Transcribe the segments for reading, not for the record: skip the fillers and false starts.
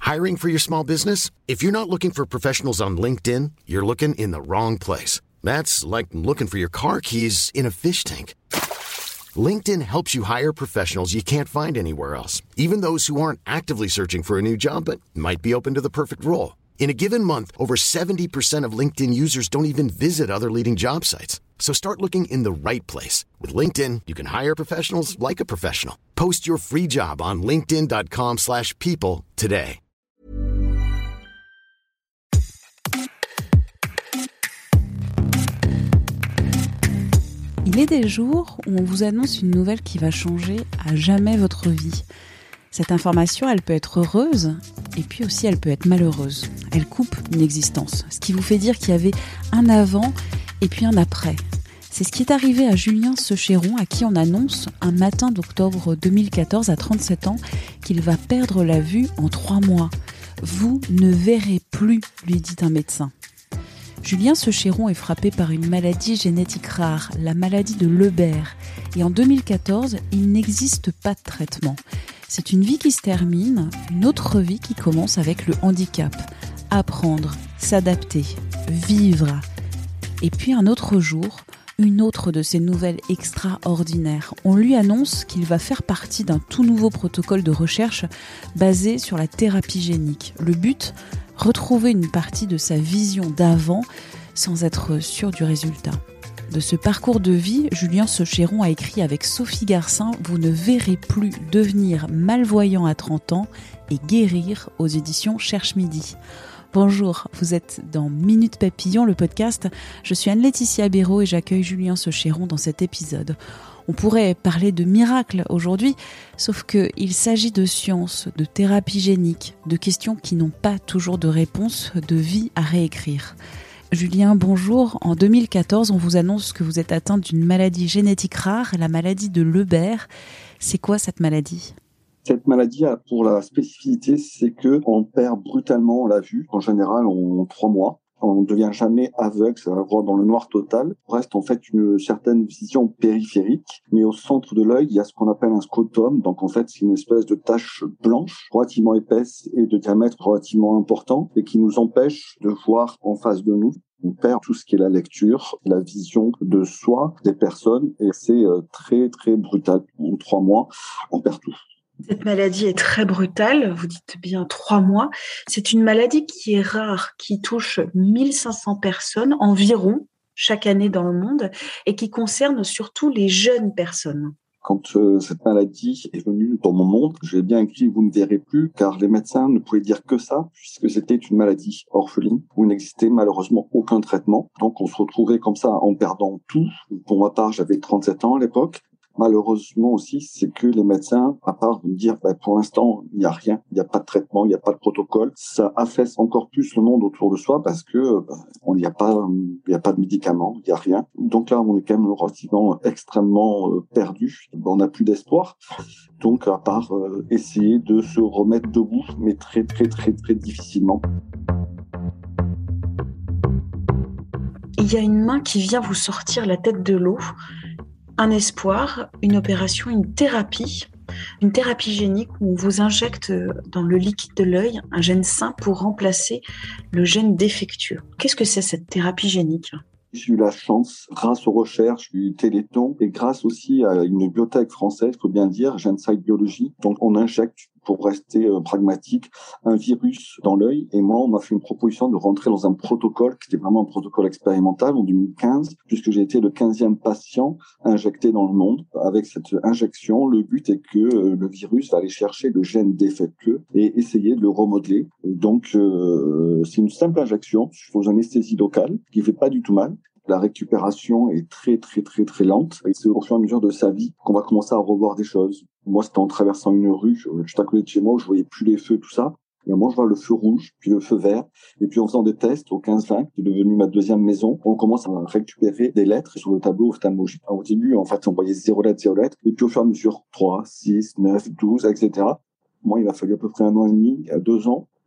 Hiring for your small business? If you're not looking for professionals on LinkedIn, you're looking in the wrong place. That's like looking for your car keys in a fish tank. LinkedIn helps you hire professionals you can't find anywhere else, even those who aren't actively searching for a new job but might be open to the perfect role. In a given month, over 70% of LinkedIn users don't even visit other leading job sites. So start looking in the right place. With LinkedIn, you can hire professionals like a professional. Post your free job on linkedin.com/people today. Il est des jours où on vous annonce une nouvelle qui va changer à jamais votre vie. Cette information, elle peut être heureuse et puis aussi elle peut être malheureuse. Elle coupe une existence, ce qui vous fait dire qu'il y avait un avant et puis un après. C'est ce qui est arrivé à Julien Sechéron, à qui on annonce un matin d'octobre 2014 à 37 ans qu'il va perdre la vue en 3 mois. Vous ne verrez plus, lui dit un médecin. Julien Sechéron est frappé par une maladie génétique rare, la maladie de Leber. Et en 2014, il n'existe pas de traitement. C'est une vie qui se termine, une autre vie qui commence avec le handicap. Apprendre, s'adapter, vivre. Et puis un autre jour, une autre de ces nouvelles extraordinaires. On lui annonce qu'il va faire partie d'un tout nouveau protocole de recherche basé sur la thérapie génique. Le but, retrouver une partie de sa vision d'avant sans être sûr du résultat. De ce parcours de vie, Julien Sechéron a écrit avec Sophie Garcin « Vous ne verrez plus devenir malvoyant à 30 ans et guérir » aux éditions Cherche Midi. Bonjour, vous êtes dans Minute Papillon, le podcast. Je suis Anne-Laetitia Béraud et j'accueille Julien Sechéron dans cet épisode. On pourrait parler de miracle aujourd'hui, sauf qu'il s'agit de science, de thérapie génique, de questions qui n'ont pas toujours de réponse, de vie à réécrire. Julien, bonjour. En 2014, on vous annonce que vous êtes atteint d'une maladie génétique rare, la maladie de Leber. C'est quoi cette maladie ? Cette maladie a pour la spécificité, c'est qu'on perd brutalement la vue, en général en 3 mois. On ne devient jamais aveugle, ça va voir dans le noir total. Il reste en fait une certaine vision périphérique, mais au centre de l'œil, il y a ce qu'on appelle un scrotum. Donc en fait, c'est une espèce de tache blanche, relativement épaisse et de diamètre relativement important, et qui nous empêche de voir en face de nous. On perd tout ce qui est la lecture, la vision de soi, des personnes, et c'est très très brutal. En 3 mois, on perd tout. Cette maladie est très brutale, vous dites bien 3 mois. C'est une maladie qui est rare, qui touche 1500 personnes environ chaque année dans le monde et qui concerne surtout les jeunes personnes. Quand cette maladie est venue dans mon monde, j'ai bien écrit « Vous ne verrez plus » car les médecins ne pouvaient dire que ça puisque c'était une maladie orpheline où il n'existait malheureusement aucun traitement. Donc on se retrouvait comme ça en perdant tout. Pour ma part, j'avais 37 ans à l'époque. Malheureusement aussi, c'est que les médecins, à part me dire pour l'instant, il n'y a rien, il n'y a pas de traitement, il n'y a pas de protocole, ça affaisse encore plus le monde autour de soi parce que il n'y a pas de médicaments, il n'y a rien. Donc là, on est quand même relativement extrêmement perdu. On n'a plus d'espoir. Donc à part essayer de se remettre debout, mais très très très très difficilement. Il y a une main qui vient vous sortir la tête de l'eau. Un espoir, une opération, une thérapie génique où on vous injecte dans le liquide de l'œil un gène sain pour remplacer le gène défectueux. Qu'est-ce que c'est cette thérapie génique ? J'ai eu la chance, grâce aux recherches du Téléthon et grâce aussi à une bibliothèque française, il faut bien dire, Genzyme Biologie. Donc on injecte, pour rester pragmatique, un virus dans l'œil. Et moi, on m'a fait une proposition de rentrer dans un protocole qui était vraiment un protocole expérimental en 2015, puisque j'ai été le 15e patient injecté dans le monde. Avec cette injection, le but est que le virus va aller chercher le gène défectueux et essayer de le remodeler. Donc c'est une simple injection sous anesthésie locale qui fait pas du tout mal. La récupération est très, très, très, très lente. Et c'est au fur et à mesure de sa vie qu'on va commencer à revoir des choses. Moi, c'était en traversant une rue, juste à côté de chez moi, où je voyais plus les feux, tout ça. Et moi, je vois le feu rouge, puis le feu vert. Et puis, en faisant des tests au 15-20, qui est devenu ma 2e maison, on commence à récupérer des lettres sur le tableau ophtalmologique. Au début, en fait, on voyait 0 lettres, 0 lettres. Et puis, au fur et à mesure, 3, 6, 9, 12, etc. Moi, il m'a fallu à peu près 1 an et demi, 2 ans,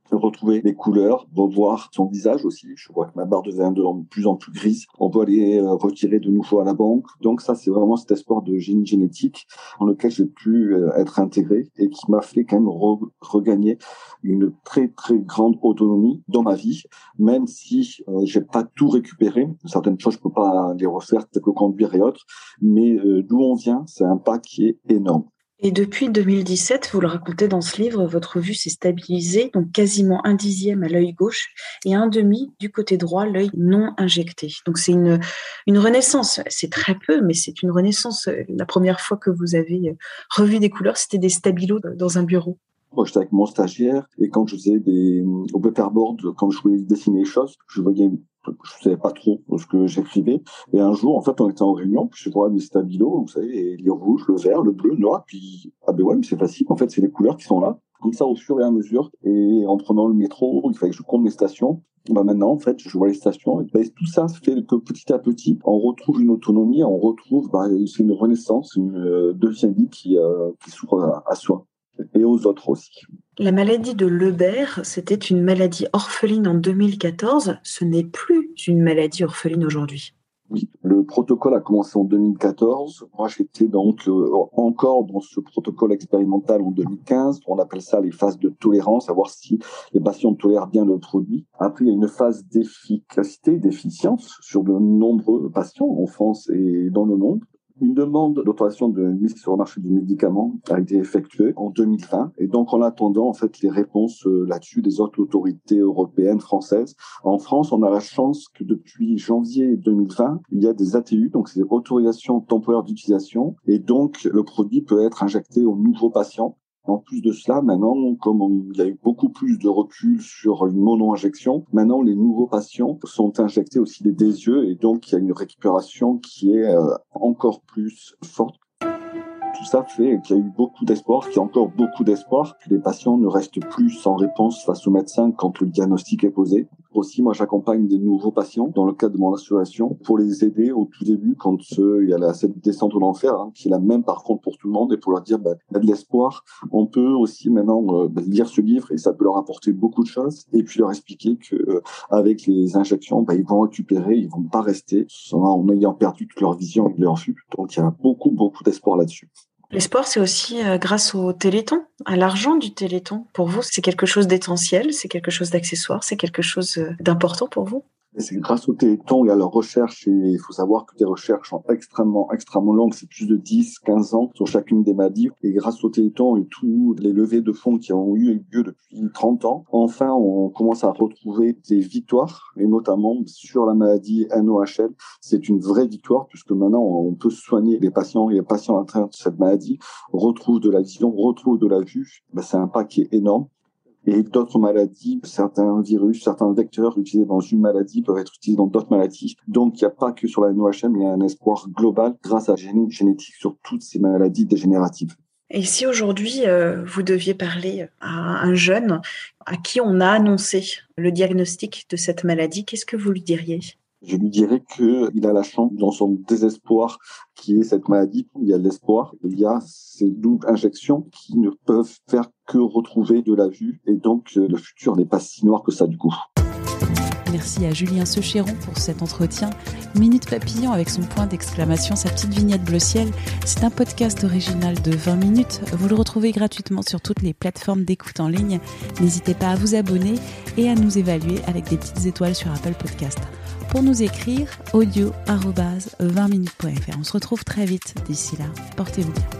retrouver les couleurs, revoir son visage aussi. Je vois que ma barre de vin est de plus en plus grise. On peut aller retirer de nouveau à la banque. Donc ça, c'est vraiment cet espoir de génie génétique dans lequel j'ai pu être intégré et qui m'a fait quand même regagner une très très grande autonomie dans ma vie, même si j'ai pas tout récupéré. Certaines choses, je peux pas les refaire, telles que conduire et autres, mais d'où on vient, c'est un pas qui est énorme. Et depuis 2017, vous le racontez dans ce livre, votre vue s'est stabilisée, donc quasiment 1/10 à l'œil gauche et 1/2 du côté droit, l'œil non injecté. Donc c'est une renaissance. C'est très peu, mais c'est une renaissance. La première fois que vous avez revu des couleurs, c'était des stabilos dans un bureau. Moi, j'étais avec mon stagiaire et quand je faisais au paperboard, quand je voulais dessiner les choses, je savais pas trop ce que j'écrivais. Et un jour, en fait, on était en réunion, puis je vois mes stabilos, vous savez, les rouges, le vert, le bleu, le noir, puis mais c'est facile. En fait, c'est les couleurs qui sont là. Comme ça, au fur et à mesure. Et en prenant le métro, il fallait que je compte mes stations. Maintenant, en fait, je vois les stations. Et tout ça fait que petit à petit, on retrouve une autonomie, c'est une renaissance, une deuxième vie qui s'ouvre à soi et aux autres aussi. La maladie de Leber, c'était une maladie orpheline en 2014. Ce n'est plus une maladie orpheline aujourd'hui. Oui, le protocole a commencé en 2014. Moi, j'étais donc encore dans ce protocole expérimental en 2015. On appelle ça les phases de tolérance, savoir si les patients tolèrent bien le produit. Après, il y a une phase d'efficacité, d'efficience sur de nombreux patients en France et dans le monde. Une demande d'autorisation de mise sur le marché du médicament a été effectuée en 2020. Et donc, en attendant, en fait, les réponses là-dessus des autres autorités européennes, françaises. En France, on a la chance que depuis janvier 2020, il y a des ATU, donc c'est des autorisations temporaires d'utilisation. Et donc, le produit peut être injecté aux nouveaux patients. En plus de cela, maintenant, comme il y a eu beaucoup plus de recul sur une mono-injection, maintenant les nouveaux patients sont injectés aussi des yeux et donc il y a une récupération qui est encore plus forte. Tout ça fait qu'il y a eu beaucoup d'espoir, qu'il y a encore beaucoup d'espoir, que les patients ne restent plus sans réponse face au médecin quand le diagnostic est posé. Aussi, moi, j'accompagne des nouveaux patients dans le cadre de mon association pour les aider au tout début quand il y a cette descente de l'enfer, qui est la même par contre pour tout le monde, et pour leur dire, il y a de l'espoir. On peut aussi maintenant lire ce livre et ça peut leur apporter beaucoup de choses et puis leur expliquer que avec les injections, ils vont récupérer, ils vont pas rester en ayant perdu toute leur vision et leur vue. Donc, il y a beaucoup, beaucoup d'espoir là-dessus. L'espoir, c'est aussi grâce au Téléthon, à l'argent du Téléthon. Pour vous, c'est quelque chose d'essentiel, c'est quelque chose d'accessoire, c'est quelque chose d'important pour vous? Et c'est grâce au Téléthon et à leur recherche, et il faut savoir que les recherches sont extrêmement longues, c'est plus de 10-15 ans sur chacune des maladies. Et grâce au Téléthon et tous les levées de fonds qui ont eu lieu depuis 30 ans, enfin, on commence à retrouver des victoires, et notamment sur la maladie NOHL. C'est une vraie victoire, puisque maintenant, on peut soigner les patients, et les patients atteints de cette maladie retrouvent de la vision, retrouvent de la vue. C'est un pas qui est énorme. Et d'autres maladies, certains virus, certains vecteurs utilisés dans une maladie peuvent être utilisés dans d'autres maladies. Donc, il n'y a pas que sur la NOHM, il y a un espoir global grâce à la génétique sur toutes ces maladies dégénératives. Et si aujourd'hui, vous deviez parler à un jeune à qui on a annoncé le diagnostic de cette maladie, qu'est-ce que vous lui diriez ? Je lui dirais qu'il a la chance, dans son désespoir qui est cette maladie, il y a de l'espoir. Il y a ces doubles injections qui ne peuvent faire que retrouver de la vue. Et donc, le futur n'est pas si noir que ça, du coup. Merci à Julien Sechéron pour cet entretien. Minute Papillon avec son point d'exclamation, sa petite vignette bleu ciel. C'est un podcast original de 20 minutes. Vous le retrouvez gratuitement sur toutes les plateformes d'écoute en ligne. N'hésitez pas à vous abonner et à nous évaluer avec des petites étoiles sur Apple Podcast. Pour nous écrire, audio@20minutes.fr. On se retrouve très vite. D'ici là, portez-vous bien.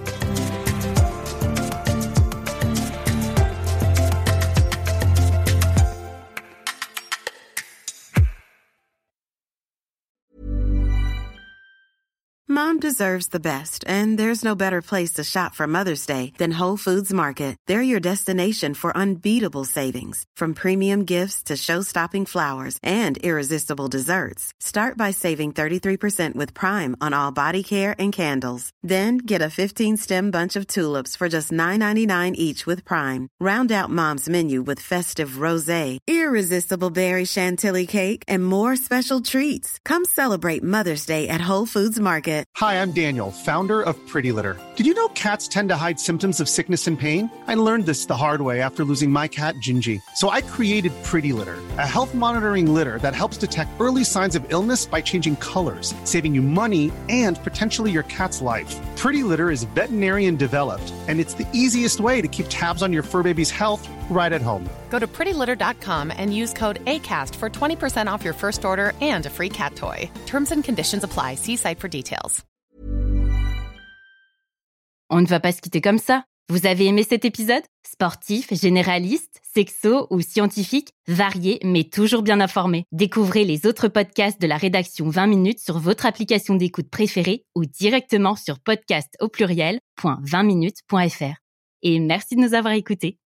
Mom deserves the best, and there's no better place to shop for Mother's Day than Whole Foods Market. They're your destination for unbeatable savings, from premium gifts to show-stopping flowers and irresistible desserts. Start by saving 33% with Prime on all body care and candles. Then get a 15-stem bunch of tulips for just $9.99 each with Prime. Round out Mom's menu with festive rosé, irresistible berry chantilly cake, and more special treats. Come celebrate Mother's Day at Whole Foods Market. Hi, I'm Daniel, founder of Pretty Litter. Did you know cats tend to hide symptoms of sickness and pain? I learned this the hard way after losing my cat, Gingy. So I created Pretty Litter, a health monitoring litter that helps detect early signs of illness by changing colors, saving you money and potentially your cat's life. Pretty Litter is veterinarian developed, and it's the easiest way to keep tabs on your fur baby's health right at home. Go to prettylitter.com and use code ACAST for 20% off your first order and a free cat toy. Terms and conditions apply. See site for details. On ne va pas se quitter comme ça. Vous avez aimé cet épisode ? Sportif, généraliste, sexo ou scientifique, varié mais toujours bien informé. Découvrez les autres podcasts de la rédaction 20 minutes sur votre application d'écoute préférée ou directement sur podcast@20minutes.fr. Et merci de nous avoir écoutés.